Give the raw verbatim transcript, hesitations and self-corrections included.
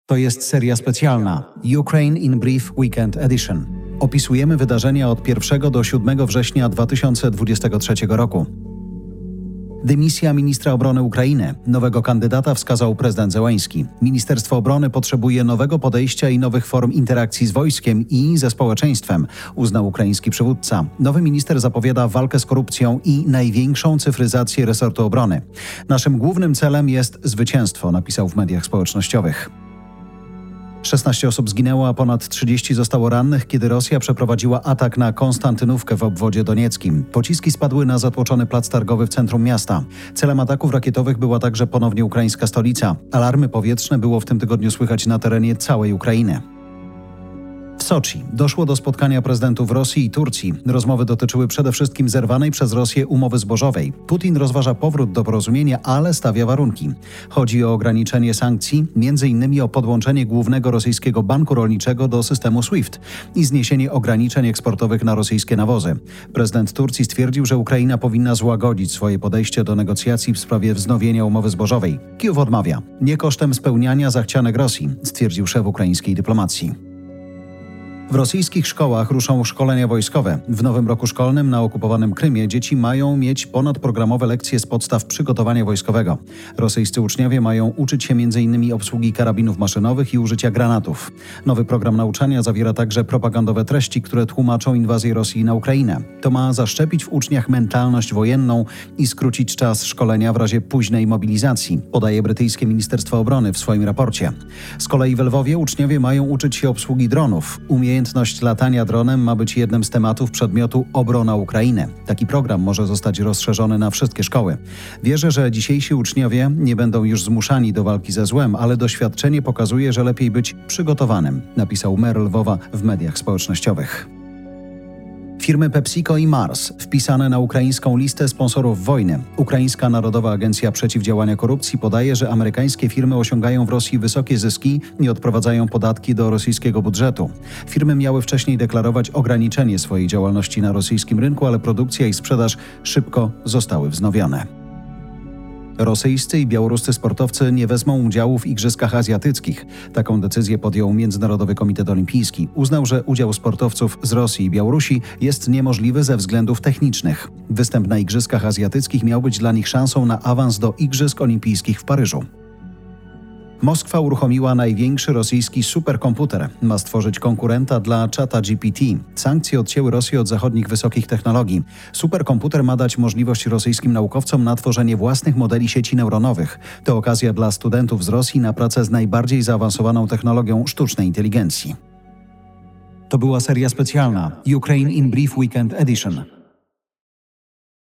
To jest seria specjalna Ukraine in Brief Weekend Edition. Opisujemy wydarzenia od pierwszego do siódmego września dwa tysiące dwudziestego trzeciego roku. Dymisja ministra obrony Ukrainy. Nowego kandydata wskazał prezydent Zełenski. Ministerstwo Obrony potrzebuje nowego podejścia i nowych form interakcji z wojskiem i ze społeczeństwem, uznał ukraiński przywódca. Nowy minister zapowiada walkę z korupcją i największą cyfryzację resortu obrony. Naszym głównym celem jest zwycięstwo, napisał w mediach społecznościowych. szesnaście osób zginęło, a ponad trzydzieści zostało rannych, kiedy Rosja przeprowadziła atak na Konstantynówkę w obwodzie donieckim. Pociski spadły na zatłoczony plac targowy w centrum miasta. Celem ataków rakietowych była także ponownie ukraińska stolica. Alarmy powietrzne było w tym tygodniu słychać na terenie całej Ukrainy. W Soczi doszło do spotkania prezydentów Rosji i Turcji. Rozmowy dotyczyły przede wszystkim zerwanej przez Rosję umowy zbożowej. Putin rozważa powrót do porozumienia, ale stawia warunki. Chodzi o ograniczenie sankcji, między innymi o podłączenie głównego rosyjskiego banku rolniczego do systemu SWIFT i zniesienie ograniczeń eksportowych na rosyjskie nawozy. Prezydent Turcji stwierdził, że Ukraina powinna złagodzić swoje podejście do negocjacji w sprawie wznowienia umowy zbożowej. Kijów odmawia. Nie kosztem spełniania zachcianek Rosji, stwierdził szef ukraińskiej dyplomacji. W rosyjskich szkołach ruszą szkolenia wojskowe. W nowym roku szkolnym na okupowanym Krymie dzieci mają mieć ponadprogramowe lekcje z podstaw przygotowania wojskowego. Rosyjscy uczniowie mają uczyć się między innymi obsługi karabinów maszynowych i użycia granatów. Nowy program nauczania zawiera także propagandowe treści, które tłumaczą inwazję Rosji na Ukrainę. To ma zaszczepić w uczniach mentalność wojenną i skrócić czas szkolenia w razie późnej mobilizacji, podaje brytyjskie Ministerstwo Obrony w swoim raporcie. Z kolei w Lwowie uczniowie mają uczyć się obsługi dronów. Umie Umiejętność latania dronem ma być jednym z tematów przedmiotu Obrona Ukrainy. Taki program może zostać rozszerzony na wszystkie szkoły. Wierzę, że dzisiejsi uczniowie nie będą już zmuszani do walki ze złem, ale doświadczenie pokazuje, że lepiej być przygotowanym, napisał mer Lwowa w mediach społecznościowych. Firmy PepsiCo i Mars wpisane na ukraińską listę sponsorów wojny. Ukraińska Narodowa Agencja Przeciwdziałania Korupcji podaje, że amerykańskie firmy osiągają w Rosji wysokie zyski i odprowadzają podatki do rosyjskiego budżetu. Firmy miały wcześniej deklarować ograniczenie swojej działalności na rosyjskim rynku, ale produkcja i sprzedaż szybko zostały wznowione. Rosyjscy i białoruscy sportowcy nie wezmą udziału w Igrzyskach Azjatyckich. Taką decyzję podjął Międzynarodowy Komitet Olimpijski. Uznał, że udział sportowców z Rosji i Białorusi jest niemożliwy ze względów technicznych. Występ na Igrzyskach Azjatyckich miał być dla nich szansą na awans do Igrzysk Olimpijskich w Paryżu. Moskwa uruchomiła największy rosyjski superkomputer. Ma stworzyć konkurenta dla czata G P T. Sankcje odcięły Rosję od zachodnich wysokich technologii. Superkomputer ma dać możliwość rosyjskim naukowcom na tworzenie własnych modeli sieci neuronowych. To okazja dla studentów z Rosji na pracę z najbardziej zaawansowaną technologią sztucznej inteligencji. To była seria specjalna Ukraine in Brief Weekend Edition.